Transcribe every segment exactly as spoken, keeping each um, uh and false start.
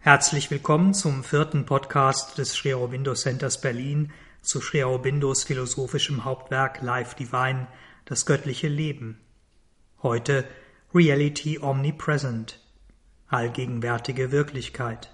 Herzlich willkommen zum vierten Podcast des Sri Aurobindo Centers Berlin zu Sri Aurobindos philosophischem Hauptwerk Life Divine, das göttliche Leben. Heute Reality Omnipresent, allgegenwärtige Wirklichkeit.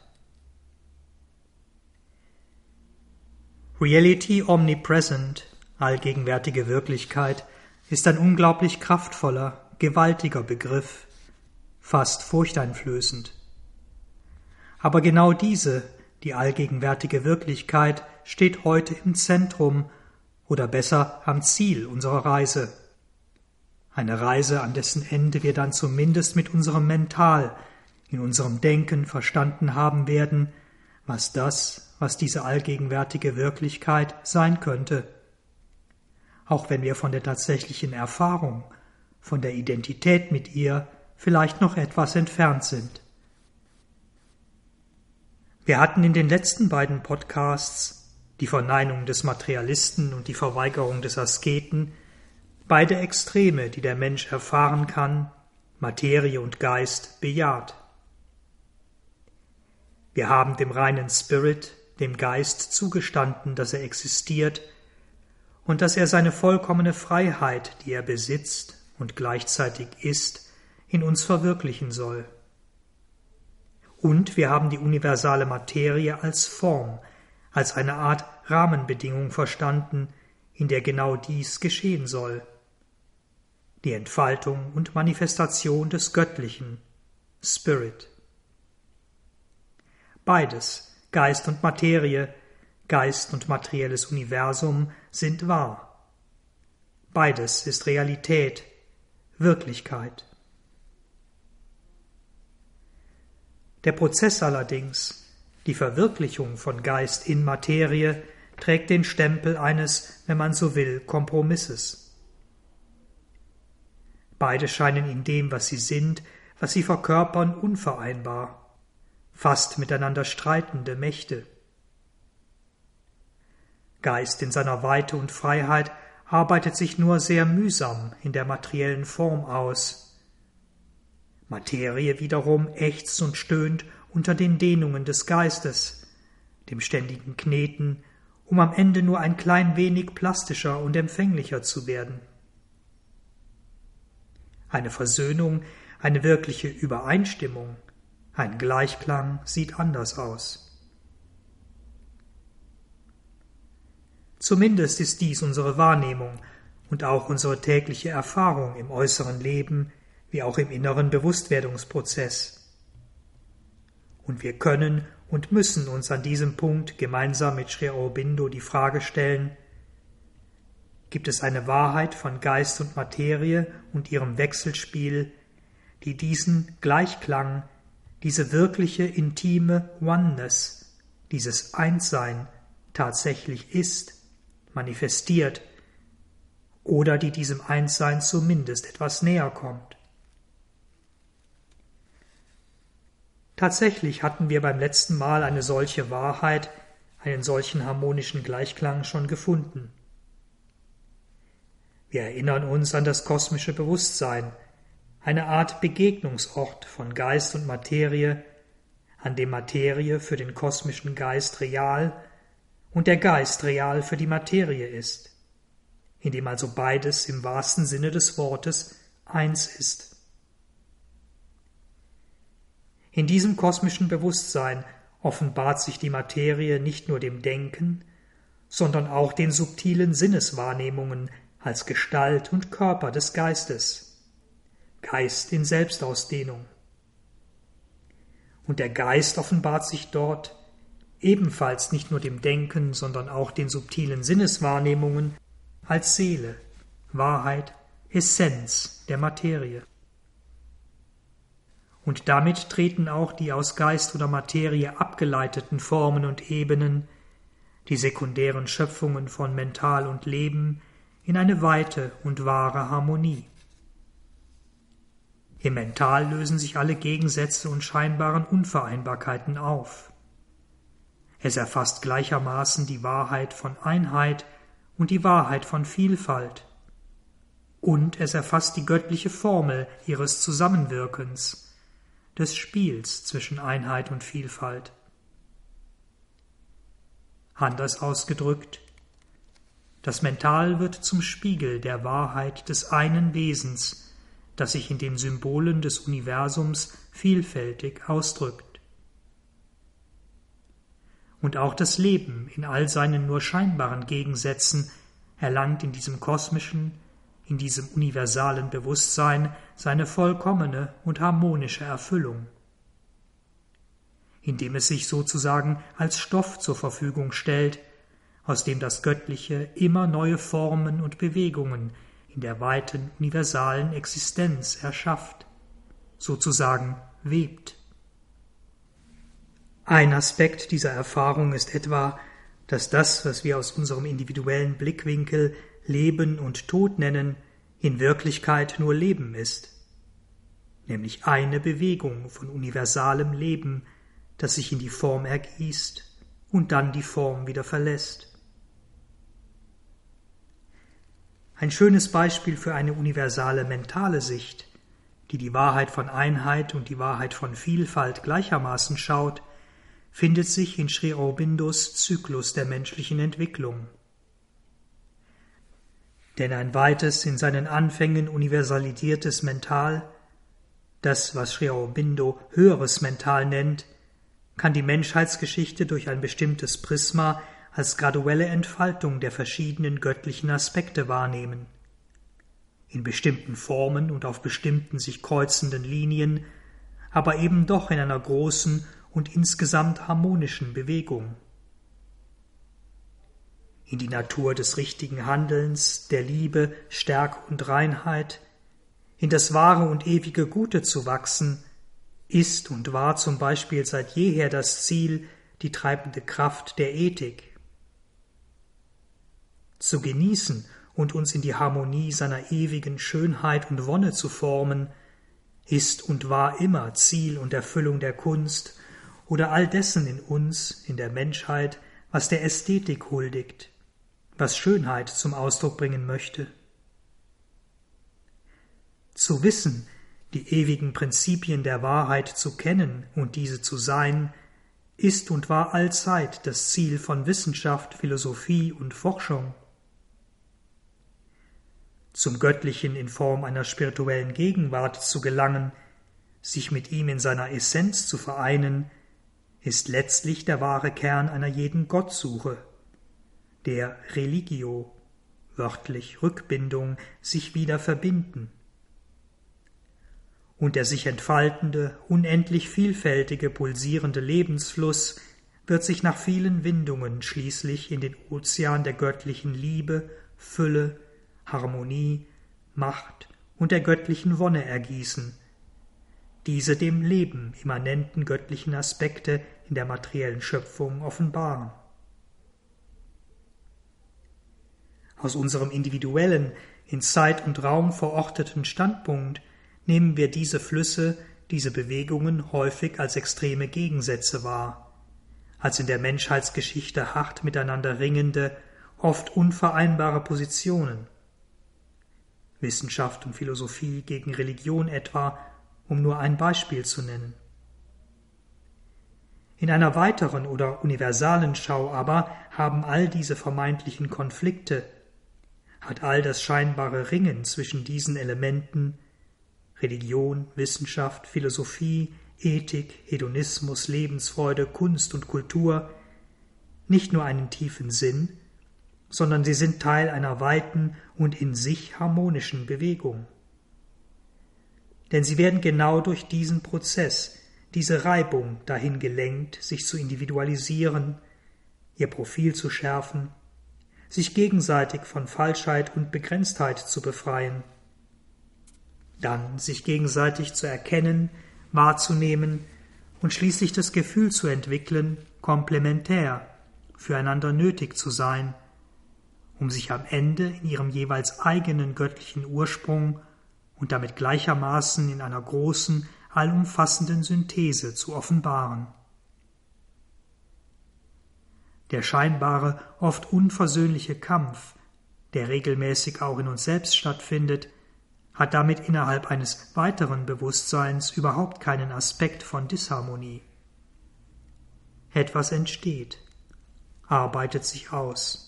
Reality Omnipresent, allgegenwärtige Wirklichkeit, ist ein unglaublich kraftvoller, gewaltiger Begriff, fast furchteinflößend. Aber genau diese, die allgegenwärtige Wirklichkeit, steht heute im Zentrum oder besser am Ziel unserer Reise. Eine Reise, an dessen Ende wir dann zumindest mit unserem Mental, in unserem Denken verstanden haben werden, was das, was diese allgegenwärtige Wirklichkeit sein könnte. Auch wenn wir von der tatsächlichen Erfahrung, von der Identität mit ihr vielleicht noch etwas entfernt sind. Wir hatten in den letzten beiden Podcasts, die Verneinung des Materialisten und die Verweigerung des Asketen, beide Extreme, die der Mensch erfahren kann, Materie und Geist, bejaht. Wir haben dem reinen Spirit, dem Geist, zugestanden, dass er existiert und dass er seine vollkommene Freiheit, die er besitzt und gleichzeitig ist, in uns verwirklichen soll. Und wir haben die universale Materie als Form, als eine Art Rahmenbedingung verstanden, in der genau dies geschehen soll. Die Entfaltung und Manifestation des Göttlichen, Spirit. Beides, Geist und Materie, Geist und materielles Universum, sind wahr. Beides ist Realität, Wirklichkeit. Der Prozess allerdings, die Verwirklichung von Geist in Materie, trägt den Stempel eines, wenn man so will, Kompromisses. Beide scheinen in dem, was sie sind, was sie verkörpern, unvereinbar, fast miteinander streitende Mächte. Geist in seiner Weite und Freiheit arbeitet sich nur sehr mühsam in der materiellen Form aus. Materie wiederum ächzt und stöhnt unter den Dehnungen des Geistes, dem ständigen Kneten, um am Ende nur ein klein wenig plastischer und empfänglicher zu werden. Eine Versöhnung, eine wirkliche Übereinstimmung, ein Gleichklang sieht anders aus. Zumindest ist dies unsere Wahrnehmung und auch unsere tägliche Erfahrung im äußeren Leben, wie auch im inneren Bewusstwerdungsprozess. Und wir können und müssen uns an diesem Punkt gemeinsam mit Sri Aurobindo die Frage stellen: Gibt es eine Wahrheit von Geist und Materie und ihrem Wechselspiel, die diesen Gleichklang, diese wirkliche intime Oneness, dieses Einssein tatsächlich ist, manifestiert, oder die diesem Einssein zumindest etwas näher kommt? Tatsächlich hatten wir beim letzten Mal eine solche Wahrheit, einen solchen harmonischen Gleichklang schon gefunden. Wir erinnern uns an das kosmische Bewusstsein, eine Art Begegnungsort von Geist und Materie, an dem Materie für den kosmischen Geist real und der Geist real für die Materie ist, in dem also beides im wahrsten Sinne des Wortes eins ist. In diesem kosmischen Bewusstsein offenbart sich die Materie nicht nur dem Denken, sondern auch den subtilen Sinneswahrnehmungen als Gestalt und Körper des Geistes, Geist in Selbstausdehnung. Und der Geist offenbart sich dort ebenfalls nicht nur dem Denken, sondern auch den subtilen Sinneswahrnehmungen als Seele, Wahrheit, Essenz der Materie. Und damit treten auch die aus Geist oder Materie abgeleiteten Formen und Ebenen, die sekundären Schöpfungen von Mental und Leben, in eine weite und wahre Harmonie. Im Mental lösen sich alle Gegensätze und scheinbaren Unvereinbarkeiten auf. Es erfasst gleichermaßen die Wahrheit von Einheit und die Wahrheit von Vielfalt. Und es erfasst die göttliche Formel ihres Zusammenwirkens, des Spiels zwischen Einheit und Vielfalt. Anders ausgedrückt, das Mental wird zum Spiegel der Wahrheit des einen Wesens, das sich in den Symbolen des Universums vielfältig ausdrückt. Und auch das Leben in all seinen nur scheinbaren Gegensätzen erlangt in diesem kosmischen, in diesem universalen Bewusstsein seine vollkommene und harmonische Erfüllung, indem es sich sozusagen als Stoff zur Verfügung stellt, aus dem das Göttliche immer neue Formen und Bewegungen in der weiten universalen Existenz erschafft, sozusagen webt. Ein Aspekt dieser Erfahrung ist etwa, dass das, was wir aus unserem individuellen Blickwinkel Leben und Tod nennen, in Wirklichkeit nur Leben ist, nämlich eine Bewegung von universalem Leben, das sich in die Form ergießt und dann die Form wieder verlässt. Ein schönes Beispiel für eine universale mentale Sicht, die die Wahrheit von Einheit und die Wahrheit von Vielfalt gleichermaßen schaut, findet sich in Sri Aurobindos Zyklus der menschlichen Entwicklung. Denn ein weites, in seinen Anfängen universalisiertes Mental, das, was Sri Aurobindo höheres Mental nennt, kann die Menschheitsgeschichte durch ein bestimmtes Prisma als graduelle Entfaltung der verschiedenen göttlichen Aspekte wahrnehmen. In bestimmten Formen und auf bestimmten sich kreuzenden Linien, aber eben doch in einer großen und insgesamt harmonischen Bewegung. In die Natur des richtigen Handelns, der Liebe, Stärke und Reinheit, in das wahre und ewige Gute zu wachsen, ist und war zum Beispiel seit jeher das Ziel, die treibende Kraft der Ethik. Zu genießen und uns in die Harmonie seiner ewigen Schönheit und Wonne zu formen, ist und war immer Ziel und Erfüllung der Kunst oder all dessen in uns, in der Menschheit, was der Ästhetik huldigt, was Schönheit zum Ausdruck bringen möchte. Zu wissen, die ewigen Prinzipien der Wahrheit zu kennen und diese zu sein, ist und war allzeit das Ziel von Wissenschaft, Philosophie und Forschung. Zum Göttlichen in Form einer spirituellen Gegenwart zu gelangen, sich mit ihm in seiner Essenz zu vereinen, ist letztlich der wahre Kern einer jeden Gottsuche, der Religio, wörtlich Rückbindung, sich wieder verbinden. Und der sich entfaltende, unendlich vielfältige, pulsierende Lebensfluss wird sich nach vielen Windungen schließlich in den Ozean der göttlichen Liebe, Fülle, Harmonie, Macht und der göttlichen Wonne ergießen, diese dem Leben immanenten göttlichen Aspekte in der materiellen Schöpfung offenbaren. Aus unserem individuellen, in Zeit und Raum verorteten Standpunkt nehmen wir diese Flüsse, diese Bewegungen häufig als extreme Gegensätze wahr, als in der Menschheitsgeschichte hart miteinander ringende, oft unvereinbare Positionen. Wissenschaft und Philosophie gegen Religion etwa, um nur ein Beispiel zu nennen. In einer weiteren oder universalen Schau aber haben all diese vermeintlichen Konflikte, hat all das scheinbare Ringen zwischen diesen Elementen, Religion, Wissenschaft, Philosophie, Ethik, Hedonismus, Lebensfreude, Kunst und Kultur, nicht nur einen tiefen Sinn, sondern sie sind Teil einer weiten und in sich harmonischen Bewegung. Denn sie werden genau durch diesen Prozess, diese Reibung dahin gelenkt, sich zu individualisieren, ihr Profil zu schärfen, sich gegenseitig von Falschheit und Begrenztheit zu befreien, dann sich gegenseitig zu erkennen, wahrzunehmen und schließlich das Gefühl zu entwickeln, komplementär, füreinander nötig zu sein, um sich am Ende in ihrem jeweils eigenen göttlichen Ursprung und damit gleichermaßen in einer großen, allumfassenden Synthese zu offenbaren. Der scheinbare, oft unversöhnliche Kampf, der regelmäßig auch in uns selbst stattfindet, hat damit innerhalb eines weiteren Bewusstseins überhaupt keinen Aspekt von Disharmonie. Etwas entsteht, arbeitet sich aus.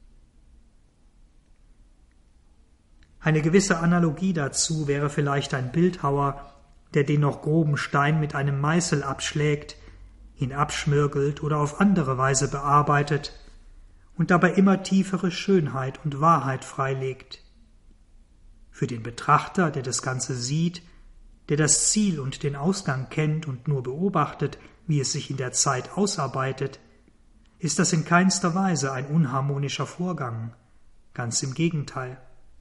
Eine gewisse Analogie dazu wäre vielleicht ein Bildhauer, der den noch groben Stein mit einem Meißel abschlägt, ihn abschmirgelt oder auf andere Weise bearbeitet und dabei immer tiefere Schönheit und Wahrheit freilegt. Für den Betrachter, der das Ganze sieht, der das Ziel und den Ausgang kennt und nur beobachtet, wie es sich in der Zeit ausarbeitet, ist das in keinster Weise ein unharmonischer Vorgang, ganz im Gegenteil.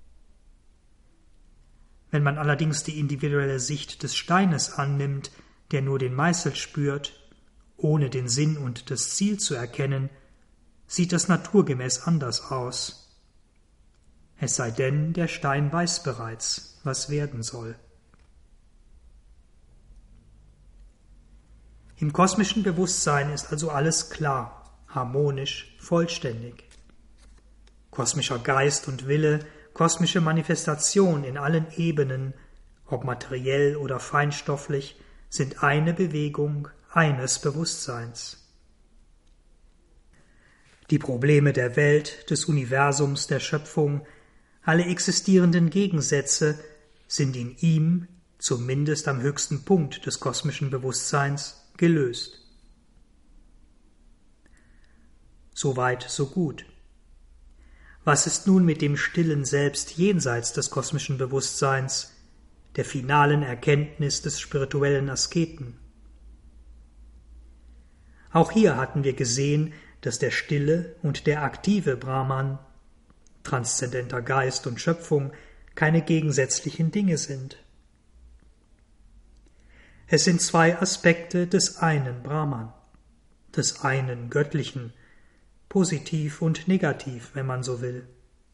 Wenn man allerdings die individuelle Sicht des Steines annimmt, der nur den Meißel spürt, ohne den Sinn und das Ziel zu erkennen, sieht das naturgemäß anders aus. Es sei denn, der Stein weiß bereits, was werden soll. Im kosmischen Bewusstsein ist also alles klar, harmonisch, vollständig. Kosmischer Geist und Wille, kosmische Manifestation in allen Ebenen, ob materiell oder feinstofflich, sind eine Bewegung eines Bewusstseins. Die Probleme der Welt, des Universums, der Schöpfung, alle existierenden Gegensätze sind in ihm, zumindest am höchsten Punkt des kosmischen Bewusstseins, gelöst. Soweit, so gut. Was ist nun mit dem stillen Selbst jenseits des kosmischen Bewusstseins, der finalen Erkenntnis des spirituellen Asketen? Auch hier hatten wir gesehen, dass der stille und der aktive Brahman, transzendenter Geist und Schöpfung, keine gegensätzlichen Dinge sind. Es sind zwei Aspekte des einen Brahman, des einen Göttlichen, positiv und negativ, wenn man so will.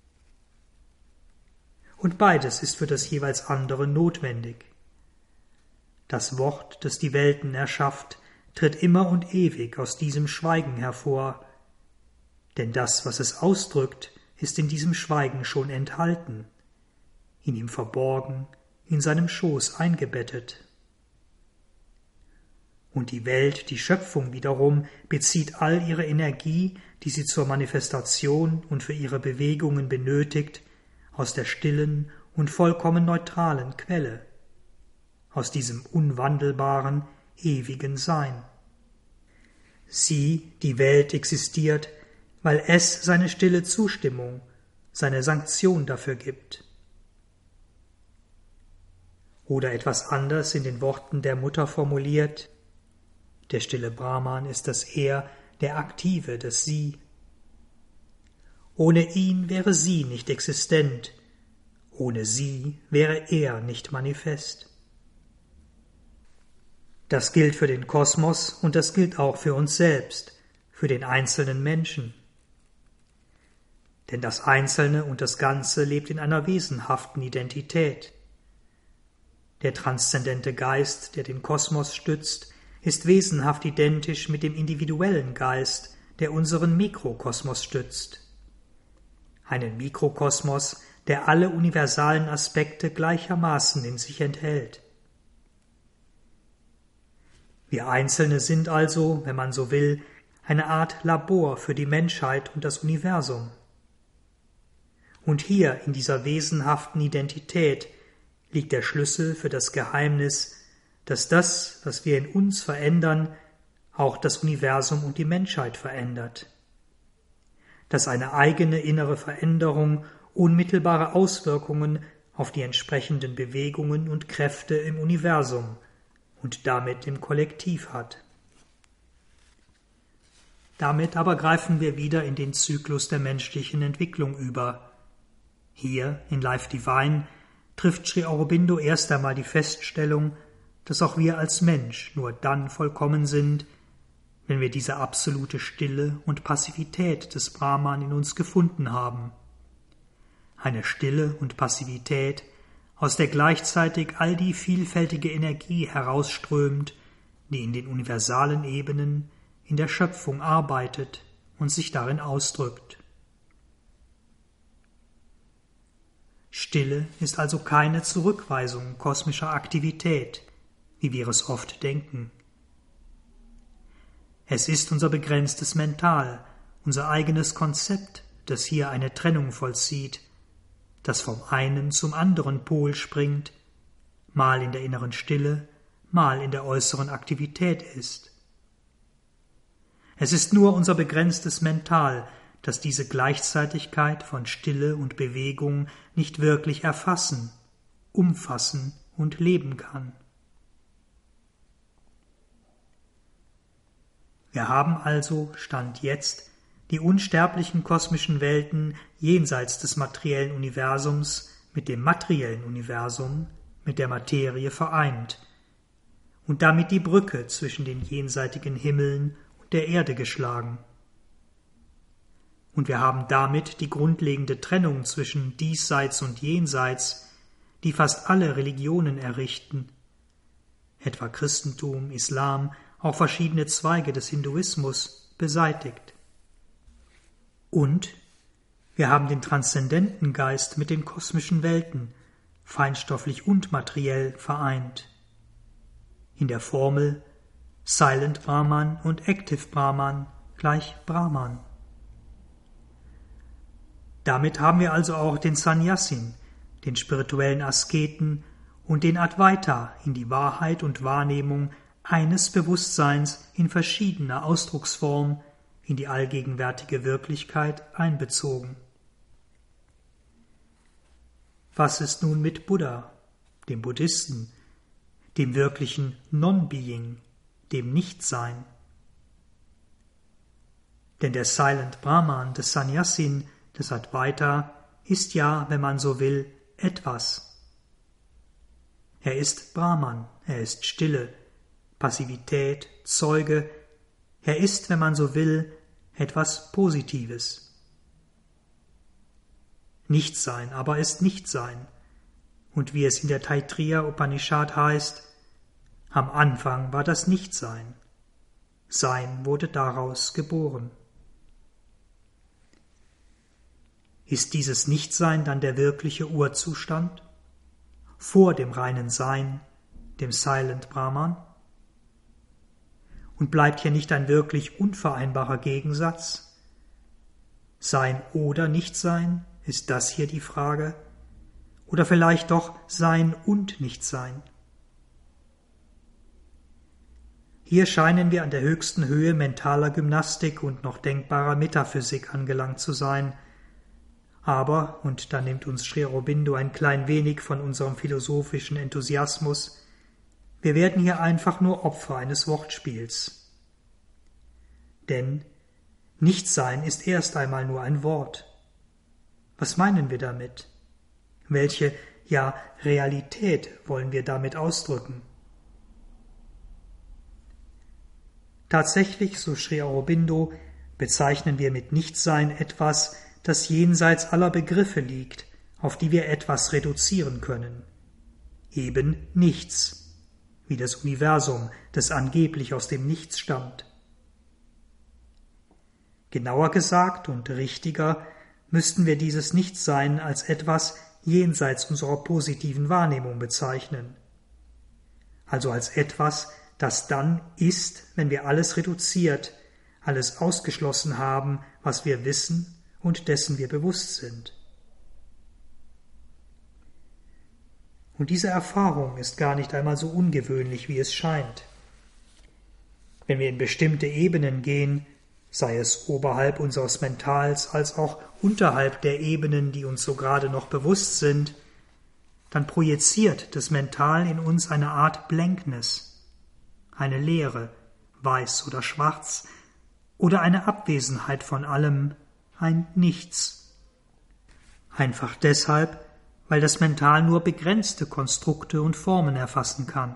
Und beides ist für das jeweils andere notwendig. Das Wort, das die Welten erschafft, tritt immer und ewig aus diesem Schweigen hervor, denn das, was es ausdrückt, ist in diesem Schweigen schon enthalten, in ihm verborgen, in seinem Schoß eingebettet. Und die Welt, die Schöpfung wiederum, bezieht all ihre Energie, die sie zur Manifestation und für ihre Bewegungen benötigt, aus der stillen und vollkommen neutralen Quelle, aus diesem unwandelbaren, ewigen Sein. Sie, die Welt, existiert, weil es seine stille Zustimmung, seine Sanktion dafür gibt. Oder etwas anders in den Worten der Mutter formuliert: Der stille Brahman ist das Er, der Aktive, das Sie. Ohne ihn wäre sie nicht existent, ohne sie wäre er nicht manifest. Das gilt für den Kosmos und das gilt auch für uns selbst, für den einzelnen Menschen. Denn das Einzelne und das Ganze lebt in einer wesenhaften Identität. Der transzendente Geist, der den Kosmos stützt, ist wesenhaft identisch mit dem individuellen Geist, der unseren Mikrokosmos stützt. Einen Mikrokosmos, der alle universalen Aspekte gleichermaßen in sich enthält. Wir Einzelne sind also, wenn man so will, eine Art Labor für die Menschheit und das Universum. Und hier in dieser wesenhaften Identität liegt der Schlüssel für das Geheimnis, dass das, was wir in uns verändern, auch das Universum und die Menschheit verändert. Dass eine eigene innere Veränderung unmittelbare Auswirkungen auf die entsprechenden Bewegungen und Kräfte im Universum und damit im Kollektiv hat. Damit aber greifen wir wieder in den Zyklus der menschlichen Entwicklung über. Hier in Life Divine trifft Sri Aurobindo erst einmal die Feststellung, dass auch wir als Mensch nur dann vollkommen sind, wenn wir diese absolute Stille und Passivität des Brahman in uns gefunden haben. Eine Stille und Passivität, aus der gleichzeitig all die vielfältige Energie herausströmt, die in den universalen Ebenen in der Schöpfung arbeitet und sich darin ausdrückt. Stille ist also keine Zurückweisung kosmischer Aktivität, wie wir es oft denken. Es ist unser begrenztes Mental, unser eigenes Konzept, das hier eine Trennung vollzieht, das vom einen zum anderen Pol springt, mal in der inneren Stille, mal in der äußeren Aktivität ist. Es ist nur unser begrenztes Mental, das diese Gleichzeitigkeit von Stille und Bewegung nicht wirklich erfassen, umfassen und leben kann. Wir haben also, Stand jetzt, die unsterblichen kosmischen Welten jenseits des materiellen Universums mit dem materiellen Universum, mit der Materie vereint und damit die Brücke zwischen den jenseitigen Himmeln und der Erde geschlagen. Und wir haben damit die grundlegende Trennung zwischen Diesseits und Jenseits, die fast alle Religionen errichten, etwa Christentum, Islam, auch verschiedene Zweige des Hinduismus, beseitigt. Und wir haben den transzendenten Geist mit den kosmischen Welten, feinstofflich und materiell, vereint. In der Formel Silent Brahman und Active Brahman gleich Brahman. Damit haben wir also auch den Sannyasin, den spirituellen Asketen und den Advaita in die Wahrheit und Wahrnehmung eines Bewusstseins in verschiedener Ausdrucksform in die allgegenwärtige Wirklichkeit einbezogen. Was ist nun mit Buddha, dem Buddhisten, dem wirklichen Non-Being, dem Nichtsein? Denn der Silent Brahman des Sannyasin, des Advaita, ist ja, wenn man so will, etwas. Er ist Brahman, er ist Stille, Passivität, Zeuge, er ist, wenn man so will, etwas Positives. Nichtsein aber ist Nichtsein, und wie es in der Taittiriya Upanishad heißt, am Anfang war das Nichtsein, Sein wurde daraus geboren. Ist dieses Nichtsein dann der wirkliche Urzustand, vor dem reinen Sein, dem Silent Brahman? Und bleibt hier nicht ein wirklich unvereinbarer Gegensatz? Sein oder Nichtsein, ist das hier die Frage? Oder vielleicht doch Sein und Nichtsein? Hier scheinen wir an der höchsten Höhe mentaler Gymnastik und noch denkbarer Metaphysik angelangt zu sein. Aber, und da nimmt uns Sri Aurobindo ein klein wenig von unserem philosophischen Enthusiasmus, wir werden hier einfach nur Opfer eines Wortspiels. Denn Nichtsein ist erst einmal nur ein Wort. Was meinen wir damit? Welche, ja, Realität wollen wir damit ausdrücken? Tatsächlich, so Sri Aurobindo, bezeichnen wir mit Nichtsein etwas, das jenseits aller Begriffe liegt, auf die wir etwas reduzieren können. Eben nichts, wie das Universum, das angeblich aus dem Nichts stammt. Genauer gesagt und richtiger müssten wir dieses Nichtsein als etwas jenseits unserer positiven Wahrnehmung bezeichnen, also als etwas, das dann ist, wenn wir alles reduziert, alles ausgeschlossen haben, was wir wissen und dessen wir bewusst sind. Und diese Erfahrung ist gar nicht einmal so ungewöhnlich, wie es scheint. Wenn wir in bestimmte Ebenen gehen, sei es oberhalb unseres Mentals als auch unterhalb der Ebenen, die uns so gerade noch bewusst sind, dann projiziert das Mental in uns eine Art Blankness, eine Leere, weiß oder schwarz, oder eine Abwesenheit von allem, ein Nichts. Einfach deshalb, weil das Mental nur begrenzte Konstrukte und Formen erfassen kann.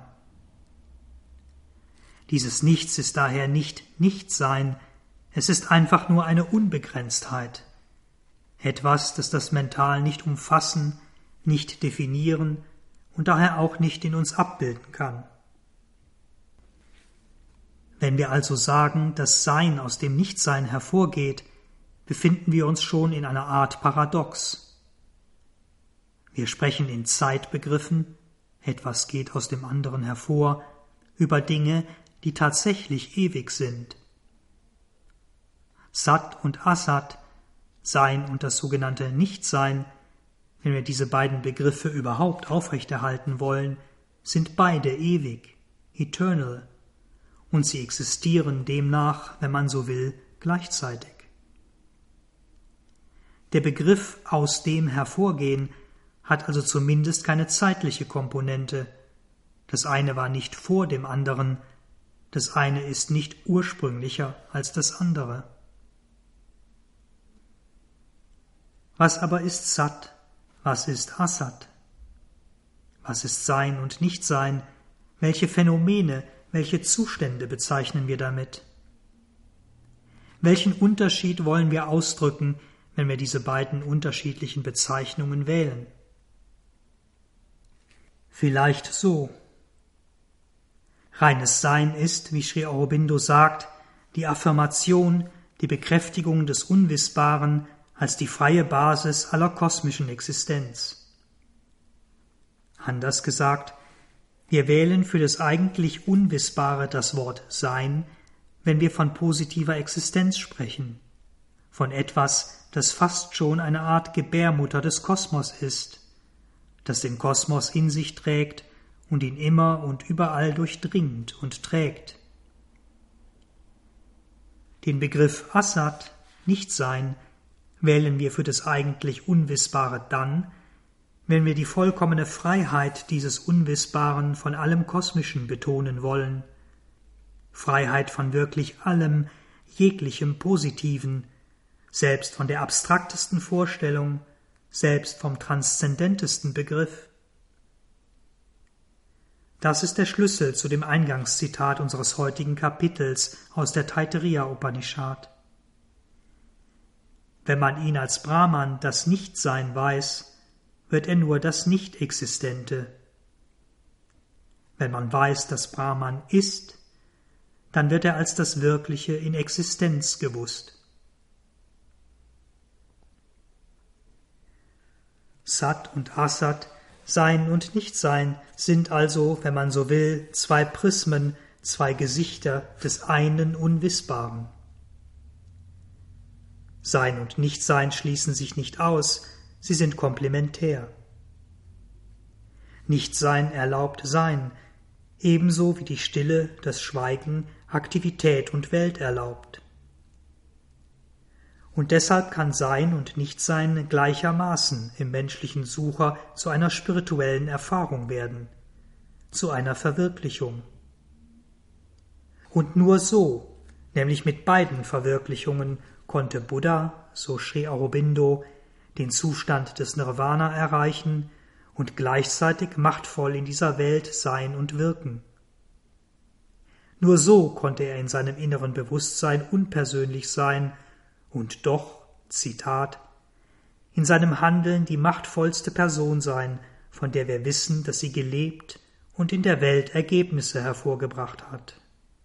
Dieses Nichts ist daher nicht Nichtsein, es ist einfach nur eine Unbegrenztheit, etwas, das das Mental nicht umfassen, nicht definieren und daher auch nicht in uns abbilden kann. Wenn wir also sagen, dass Sein aus dem Nichtsein hervorgeht, befinden wir uns schon in einer Art Paradox. Wir sprechen in Zeitbegriffen, etwas geht aus dem anderen hervor, über Dinge, die tatsächlich ewig sind. Sat und Asat, Sein und das sogenannte Nichtsein, wenn wir diese beiden Begriffe überhaupt aufrechterhalten wollen, sind beide ewig, eternal, und sie existieren demnach, wenn man so will, gleichzeitig. Der Begriff aus dem hervorgehen hat also zumindest keine zeitliche Komponente. Das eine war nicht vor dem anderen, das eine ist nicht ursprünglicher als das andere. Was aber ist Sat? Was ist Asat? Was ist Sein und Nichtsein? Welche Phänomene, welche Zustände bezeichnen wir damit? Welchen Unterschied wollen wir ausdrücken, wenn wir diese beiden unterschiedlichen Bezeichnungen wählen? Vielleicht so. Reines Sein ist, wie Sri Aurobindo sagt, die Affirmation, die Bekräftigung des Unwissbaren als die freie Basis aller kosmischen Existenz. Anders gesagt, wir wählen für das eigentlich Unwissbare das Wort Sein, wenn wir von positiver Existenz sprechen, von etwas, das fast schon eine Art Gebärmutter des Kosmos ist, das den Kosmos in sich trägt und ihn immer und überall durchdringt und trägt. Den Begriff Asat, Nichtsein, wählen wir für das eigentlich Unwissbare dann, wenn wir die vollkommene Freiheit dieses Unwissbaren von allem Kosmischen betonen wollen, Freiheit von wirklich allem, jeglichem Positiven, selbst von der abstraktesten Vorstellung, selbst vom transzendentesten Begriff. Das ist der Schlüssel zu dem Eingangszitat unseres heutigen Kapitels aus der Taittiriya Upanishad. Wenn man ihn als Brahman das Nichtsein weiß, wird er nur das Nicht-Existente. Wenn man weiß, dass Brahman ist, dann wird er als das Wirkliche in Existenz gewusst. Sat und Asat, Sein und Nichtsein, sind also, wenn man so will, zwei Prismen, zwei Gesichter des einen Unwissbaren. Sein und Nichtsein schließen sich nicht aus, sie sind komplementär. Nichtsein erlaubt Sein, ebenso wie die Stille, das Schweigen, Aktivität und Welt erlaubt. Und deshalb kann Sein und Nichtsein gleichermaßen im menschlichen Sucher zu einer spirituellen Erfahrung werden, zu einer Verwirklichung. Und nur so, nämlich mit beiden Verwirklichungen, konnte Buddha, so Sri Aurobindo, den Zustand des Nirvana erreichen und gleichzeitig machtvoll in dieser Welt sein und wirken. Nur so konnte er in seinem inneren Bewusstsein unpersönlich sein und doch, Zitat, in seinem Handeln die machtvollste Person sein, von der wir wissen, dass sie gelebt und in der Welt Ergebnisse hervorgebracht hat.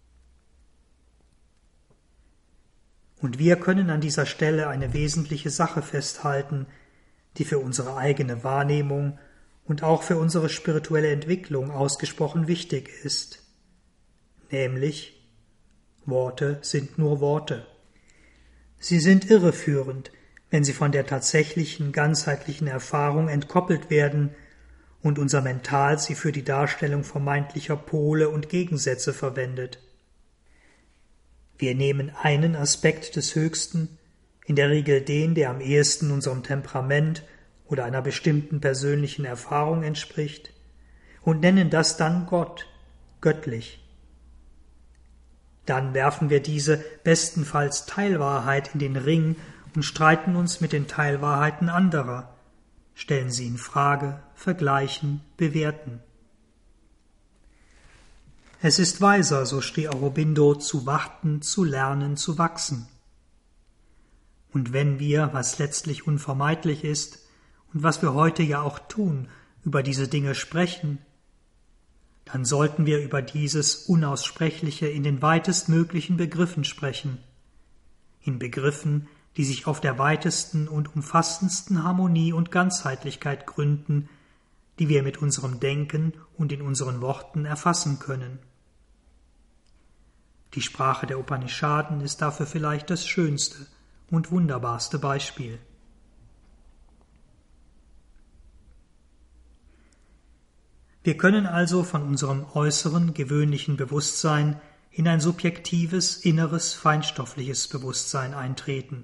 Und wir können an dieser Stelle eine wesentliche Sache festhalten, die für unsere eigene Wahrnehmung und auch für unsere spirituelle Entwicklung ausgesprochen wichtig ist, nämlich Worte sind nur Worte. Sie sind irreführend, wenn sie von der tatsächlichen, ganzheitlichen Erfahrung entkoppelt werden und unser Mental sie für die Darstellung vermeintlicher Pole und Gegensätze verwendet. Wir nehmen einen Aspekt des Höchsten, in der Regel den, der am ehesten unserem Temperament oder einer bestimmten persönlichen Erfahrung entspricht, und nennen das dann Gott, göttlich. Dann werfen wir diese bestenfalls Teilwahrheit in den Ring und streiten uns mit den Teilwahrheiten anderer, stellen sie in Frage, vergleichen, bewerten. Es ist weiser, so Sri Aurobindo, zu warten, zu lernen, zu wachsen. Und wenn wir, was letztlich unvermeidlich ist und was wir heute ja auch tun, über diese Dinge sprechen, dann sollten wir über dieses Unaussprechliche in den weitestmöglichen Begriffen sprechen, in Begriffen, die sich auf der weitesten und umfassendsten Harmonie und Ganzheitlichkeit gründen, die wir mit unserem Denken und in unseren Worten erfassen können. Die Sprache der Upanishaden ist dafür vielleicht das schönste und wunderbarste Beispiel. Wir können also von unserem äußeren, gewöhnlichen Bewusstsein in ein subjektives, inneres, feinstoffliches Bewusstsein eintreten.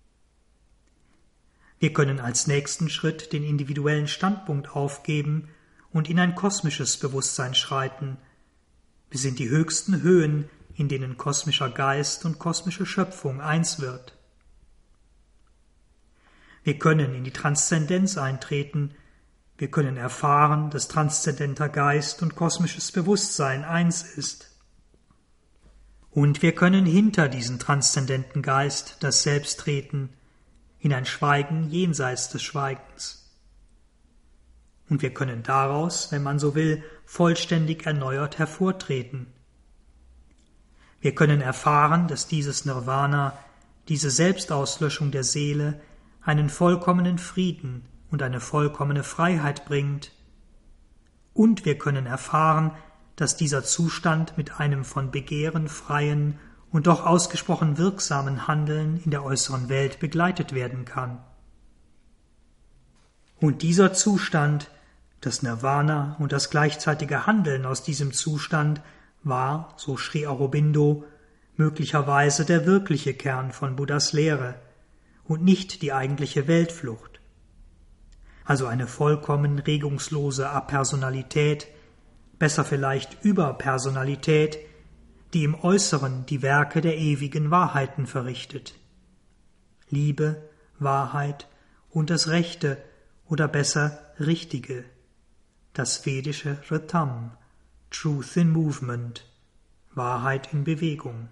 Wir können als nächsten Schritt den individuellen Standpunkt aufgeben und in ein kosmisches Bewusstsein schreiten, bis in die höchsten Höhen, in denen kosmischer Geist und kosmische Schöpfung eins wird. Wir können in die Transzendenz eintreten, wir können erfahren, dass transzendenter Geist und kosmisches Bewusstsein eins ist. Und wir können hinter diesen transzendenten Geist, das Selbst, treten, in ein Schweigen jenseits des Schweigens. Und wir können daraus, wenn man so will, vollständig erneuert hervortreten. Wir können erfahren, dass dieses Nirvana, diese Selbstauslöschung der Seele, einen vollkommenen Frieden und eine vollkommene Freiheit bringt. Und wir können erfahren, dass dieser Zustand mit einem von Begehren freien und doch ausgesprochen wirksamen Handeln in der äußeren Welt begleitet werden kann. Und dieser Zustand, das Nirvana und das gleichzeitige Handeln aus diesem Zustand, war, so Sri Aurobindo, möglicherweise der wirkliche Kern von Buddhas Lehre und nicht die eigentliche Weltflucht. Also eine vollkommen regungslose Apersonalität, besser vielleicht Überpersonalität, die im Äußeren die Werke der ewigen Wahrheiten verrichtet. Liebe, Wahrheit und das Rechte oder besser Richtige, das vedische Ritam, Truth in Movement, Wahrheit in Bewegung.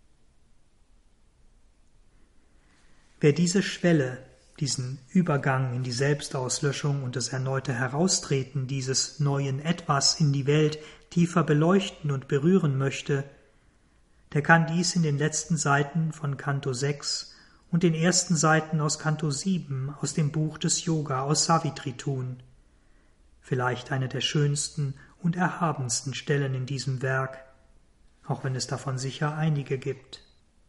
Wer diese Schwelle, diesen Übergang in die Selbstauslöschung und das erneute Heraustreten dieses neuen Etwas in die Welt tiefer beleuchten und berühren möchte, der kann dies in den letzten Seiten von Kanto sechs und den ersten Seiten aus Kanto sieben aus dem Buch des Yoga aus Savitri tun, vielleicht eine der schönsten und erhabensten Stellen in diesem Werk, auch wenn es davon sicher einige gibt.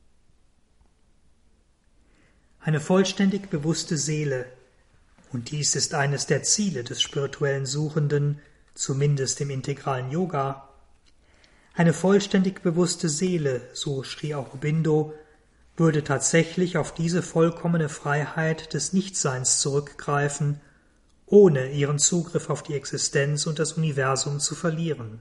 Eine vollständig bewusste Seele, und dies ist eines der Ziele des spirituellen Suchenden, zumindest im integralen Yoga, eine vollständig bewusste Seele, so Sri Aurobindo, würde tatsächlich auf diese vollkommene Freiheit des Nichtseins zurückgreifen, ohne ihren Zugriff auf die Existenz und das Universum zu verlieren.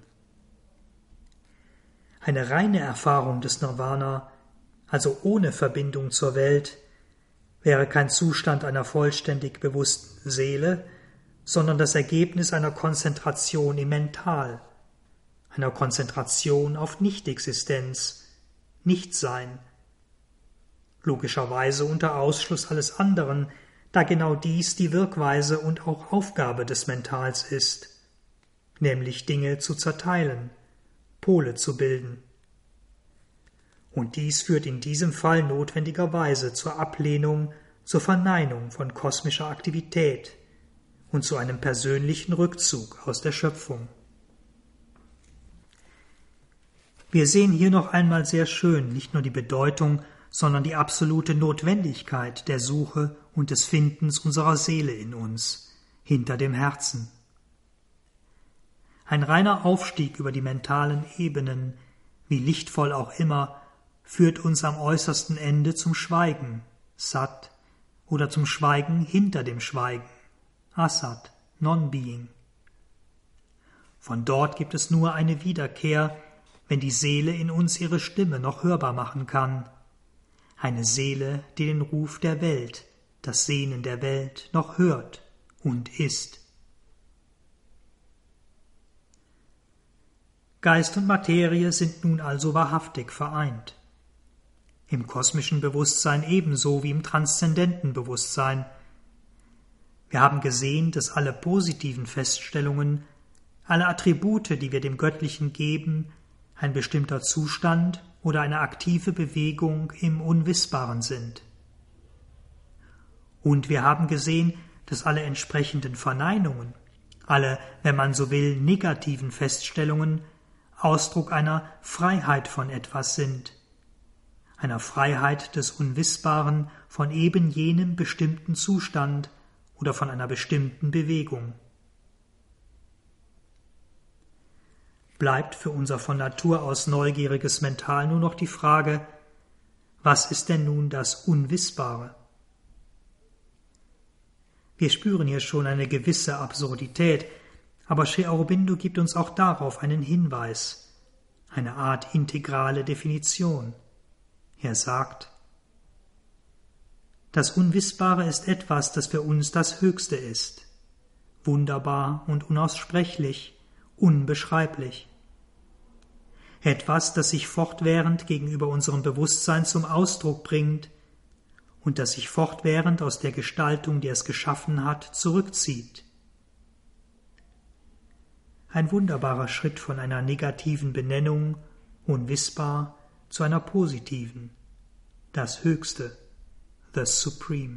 Eine reine Erfahrung des Nirvana, also ohne Verbindung zur Welt, wäre kein Zustand einer vollständig bewussten Seele, sondern das Ergebnis einer Konzentration im Mental, einer Konzentration auf Nichtexistenz, Nichtsein, logischerweise unter Ausschluss alles anderen, da genau dies die Wirkweise und auch Aufgabe des Mentals ist, nämlich Dinge zu zerteilen, Pole zu bilden. Und dies führt in diesem Fall notwendigerweise zur Ablehnung, zur Verneinung von kosmischer Aktivität und zu einem persönlichen Rückzug aus der Schöpfung. Wir sehen hier noch einmal sehr schön nicht nur die Bedeutung, sondern die absolute Notwendigkeit der Suche und des Findens unserer Seele in uns, hinter dem Herzen. Ein reiner Aufstieg über die mentalen Ebenen, wie lichtvoll auch immer, führt uns am äußersten Ende zum Schweigen, Sat, oder zum Schweigen hinter dem Schweigen, Asat, Non-Being. Von dort gibt es nur eine Wiederkehr, wenn die Seele in uns ihre Stimme noch hörbar machen kann. Eine Seele, die den Ruf der Welt, das Sehnen der Welt noch hört und ist. Geist und Materie sind nun also wahrhaftig vereint. Im kosmischen Bewusstsein ebenso wie im transzendenten Bewusstsein. Wir haben gesehen, dass alle positiven Feststellungen, alle Attribute, die wir dem Göttlichen geben, ein bestimmter Zustand oder eine aktive Bewegung im Unwissbaren sind. Und wir haben gesehen, dass alle entsprechenden Verneinungen, alle, wenn man so will, negativen Feststellungen Ausdruck einer Freiheit von etwas sind, einer Freiheit des Unwissbaren von eben jenem bestimmten Zustand oder von einer bestimmten Bewegung. Bleibt für unser von Natur aus neugieriges Mental nur noch die Frage, was ist denn nun das Unwissbare? Wir spüren hier schon eine gewisse Absurdität, aber Sri Aurobindo gibt uns auch darauf einen Hinweis, eine Art integrale Definition. Er sagt, das Unwissbare ist etwas, das für uns das Höchste ist, wunderbar und unaussprechlich, unbeschreiblich. Etwas, das sich fortwährend gegenüber unserem Bewusstsein zum Ausdruck bringt und das sich fortwährend aus der Gestaltung, die es geschaffen hat, zurückzieht. Ein wunderbarer Schritt von einer negativen Benennung, unwissbar, zu einer positiven, das Höchste, the Supreme.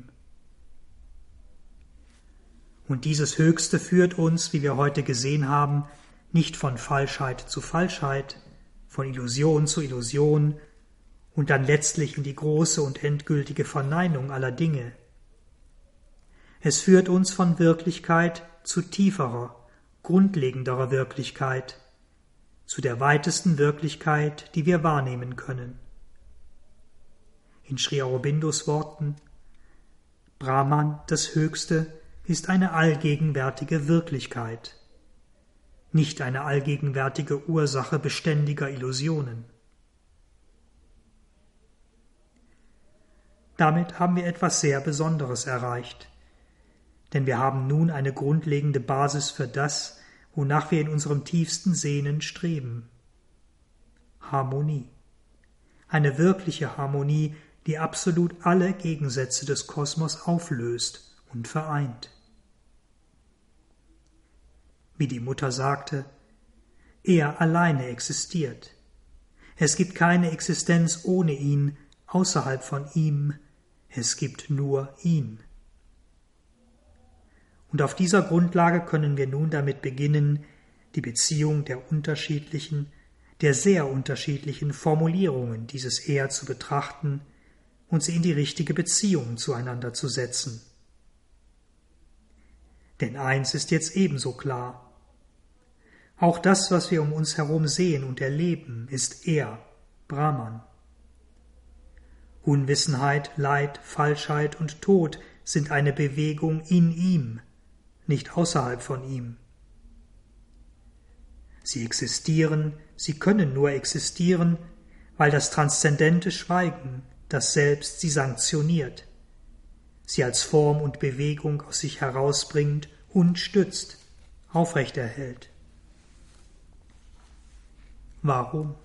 Und dieses Höchste führt uns, wie wir heute gesehen haben, nicht von Falschheit zu Falschheit, von Illusion zu Illusion und dann letztlich in die große und endgültige Verneinung aller Dinge. Es führt uns von Wirklichkeit zu tieferer, grundlegenderer Wirklichkeit, zu der weitesten Wirklichkeit, die wir wahrnehmen können. In Sri Aurobindos Worten: Brahman, das Höchste, ist eine allgegenwärtige Wirklichkeit, nicht eine allgegenwärtige Ursache beständiger Illusionen. Damit haben wir etwas sehr Besonderes erreicht, denn wir haben nun eine grundlegende Basis für das, wonach wir in unserem tiefsten Sehnen streben. Harmonie. Eine wirkliche Harmonie, die absolut alle Gegensätze des Kosmos auflöst und vereint. Wie die Mutter sagte, er alleine existiert. Es gibt keine Existenz ohne ihn, außerhalb von ihm, es gibt nur ihn. Und auf dieser Grundlage können wir nun damit beginnen, die Beziehung der unterschiedlichen, der sehr unterschiedlichen Formulierungen dieses Er zu betrachten und sie in die richtige Beziehung zueinander zu setzen. Denn eins ist jetzt ebenso klar: Auch das, was wir um uns herum sehen und erleben, ist Er, Brahman. Unwissenheit, Leid, Falschheit und Tod sind eine Bewegung in ihm, nicht außerhalb von ihm. Sie existieren, sie können nur existieren, weil das transzendente Schweigen, das Selbst, sie sanktioniert, sie als Form und Bewegung aus sich herausbringt und stützt, aufrechterhält. Warum?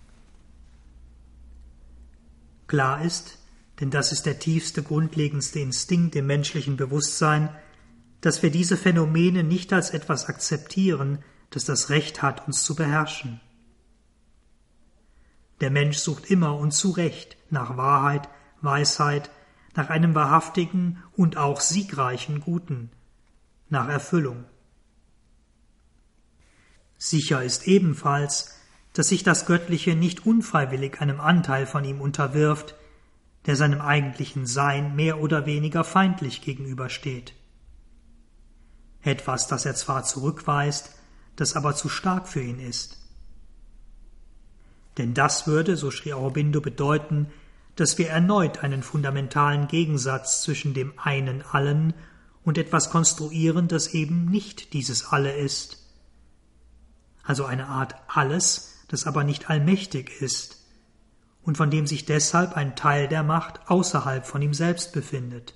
Klar ist, denn das ist der tiefste, grundlegendste Instinkt im menschlichen Bewusstsein, dass wir diese Phänomene nicht als etwas akzeptieren, das das Recht hat, uns zu beherrschen. Der Mensch sucht immer und zu Recht nach Wahrheit, Weisheit, nach einem wahrhaftigen und auch siegreichen Guten, nach Erfüllung. Sicher ist ebenfalls, dass sich das Göttliche nicht unfreiwillig einem Anteil von ihm unterwirft, der seinem eigentlichen Sein mehr oder weniger feindlich gegenübersteht. Etwas, das er zwar zurückweist, das aber zu stark für ihn ist. Denn das würde, so Sri Aurobindo, bedeuten, dass wir erneut einen fundamentalen Gegensatz zwischen dem einen Allen und etwas konstruieren, das eben nicht dieses Alle ist. Also eine Art Alles, das aber nicht allmächtig ist und von dem sich deshalb ein Teil der Macht außerhalb von ihm selbst befindet.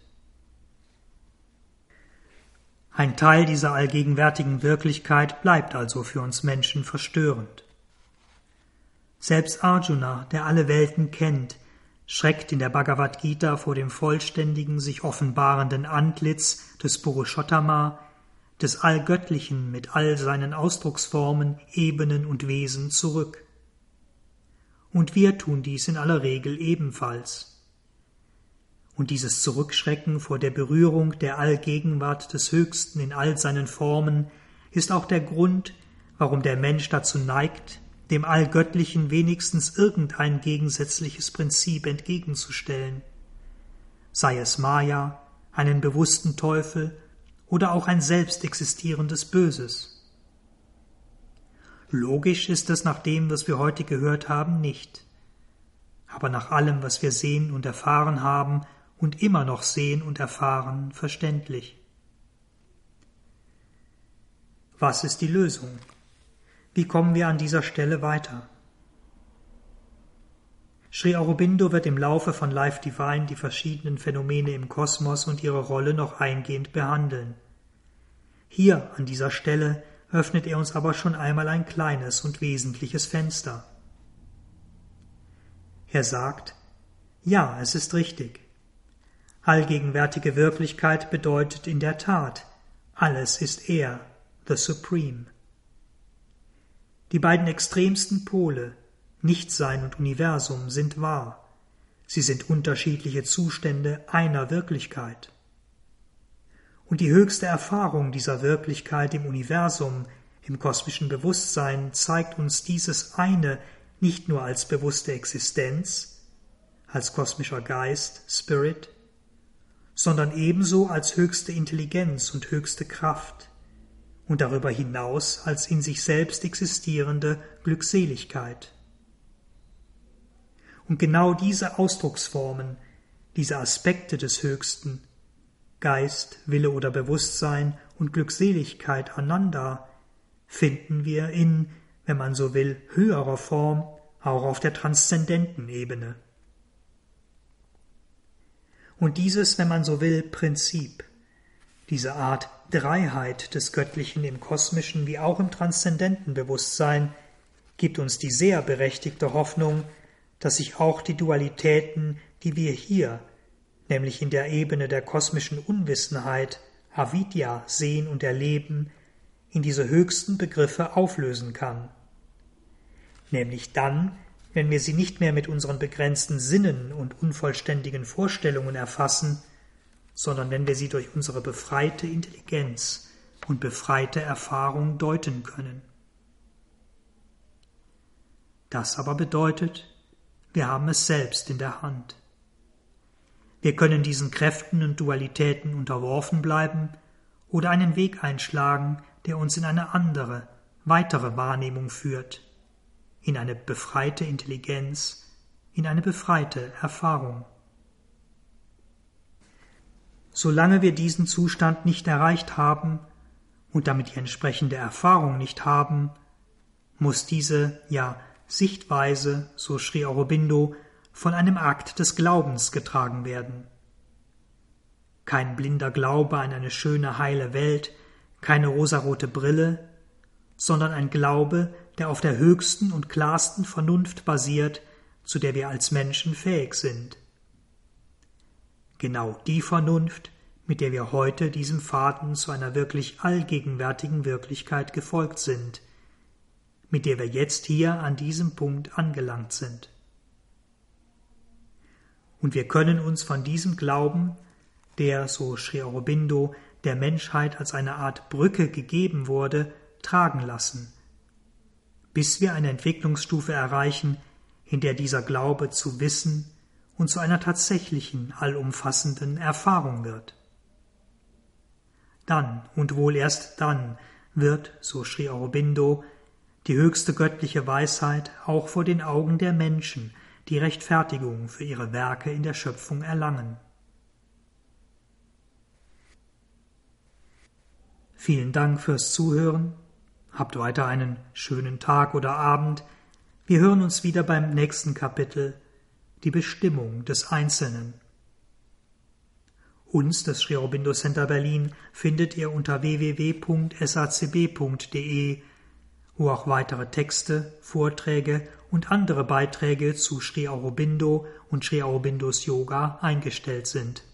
Ein Teil dieser allgegenwärtigen Wirklichkeit bleibt also für uns Menschen verstörend. Selbst Arjuna, der alle Welten kennt, schreckt in der Bhagavad Gita vor dem vollständigen, sich offenbarenden Antlitz des Purushottama, des Allgöttlichen mit all seinen Ausdrucksformen, Ebenen und Wesen zurück. Und wir tun dies in aller Regel ebenfalls. Und dieses Zurückschrecken vor der Berührung der Allgegenwart des Höchsten in all seinen Formen ist auch der Grund, warum der Mensch dazu neigt, dem Allgöttlichen wenigstens irgendein gegensätzliches Prinzip entgegenzustellen, sei es Maya, einen bewussten Teufel oder auch ein selbst existierendes Böses. Logisch ist es nach dem, was wir heute gehört haben, nicht. Aber nach allem, was wir sehen und erfahren haben und immer noch sehen und erfahren, verständlich. Was ist die Lösung? Wie kommen wir an dieser Stelle weiter? Sri Aurobindo wird im Laufe von Life Divine die verschiedenen Phänomene im Kosmos und ihre Rolle noch eingehend behandeln. Hier an dieser Stelle öffnet er uns aber schon einmal ein kleines und wesentliches Fenster. Er sagt, ja, es ist richtig. Allgegenwärtige Wirklichkeit bedeutet in der Tat, alles ist er, the Supreme. Die beiden extremsten Pole, Nichtsein und Universum, sind wahr. Sie sind unterschiedliche Zustände einer Wirklichkeit. Und die höchste Erfahrung dieser Wirklichkeit im Universum, im kosmischen Bewusstsein, zeigt uns dieses eine nicht nur als bewusste Existenz, als kosmischer Geist, Spirit, sondern ebenso als höchste Intelligenz und höchste Kraft und darüber hinaus als in sich selbst existierende Glückseligkeit. Und genau diese Ausdrucksformen, diese Aspekte des Höchsten, Geist, Wille oder Bewusstsein und Glückseligkeit Ananda, finden wir in, wenn man so will, höherer Form auch auf der transzendenten Ebene. Und dieses, wenn man so will, Prinzip, diese Art Dreiheit des Göttlichen im kosmischen wie auch im transzendenten Bewusstsein, gibt uns die sehr berechtigte Hoffnung, dass sich auch die Dualitäten, die wir hier, nämlich in der Ebene der kosmischen Unwissenheit, Avidya, sehen und erleben, in diese höchsten Begriffe auflösen kann. Nämlich dann, wenn wir sie nicht mehr mit unseren begrenzten Sinnen und unvollständigen Vorstellungen erfassen, sondern wenn wir sie durch unsere befreite Intelligenz und befreite Erfahrung deuten können. Das aber bedeutet, wir haben es selbst in der Hand. Wir können diesen Kräften und Dualitäten unterworfen bleiben oder einen Weg einschlagen, der uns in eine andere, weitere Wahrnehmung führt, in eine befreite Intelligenz, in eine befreite Erfahrung. Solange wir diesen Zustand nicht erreicht haben und damit die entsprechende Erfahrung nicht haben, muss diese, ja, Sichtweise, so Sri Aurobindo, von einem Akt des Glaubens getragen werden. Kein blinder Glaube an eine schöne, heile Welt, keine rosarote Brille, sondern ein Glaube, der auf der höchsten und klarsten Vernunft basiert, zu der wir als Menschen fähig sind. Genau die Vernunft, mit der wir heute diesem Faden zu einer wirklich allgegenwärtigen Wirklichkeit gefolgt sind, mit der wir jetzt hier an diesem Punkt angelangt sind. Und wir können uns von diesem Glauben, der, so Sri Aurobindo, der Menschheit als eine Art Brücke gegeben wurde, tragen lassen, bis wir eine Entwicklungsstufe erreichen, in der dieser Glaube zu Wissen und zu einer tatsächlichen, allumfassenden Erfahrung wird. Dann, und wohl erst dann, wird, so Sri Aurobindo, die höchste göttliche Weisheit auch vor den Augen der Menschen die Rechtfertigung für ihre Werke in der Schöpfung erlangen. Vielen Dank fürs Zuhören. Habt weiter einen schönen Tag oder Abend. Wir hören uns wieder beim nächsten Kapitel, die Bestimmung des Einzelnen. Uns, das Sri Aurobindo Center Berlin, findet ihr unter w w w punkt s a c b punkt d e, wo auch weitere Texte, Vorträge und andere Beiträge zu Sri Aurobindo und Sri Aurobindos Yoga eingestellt sind.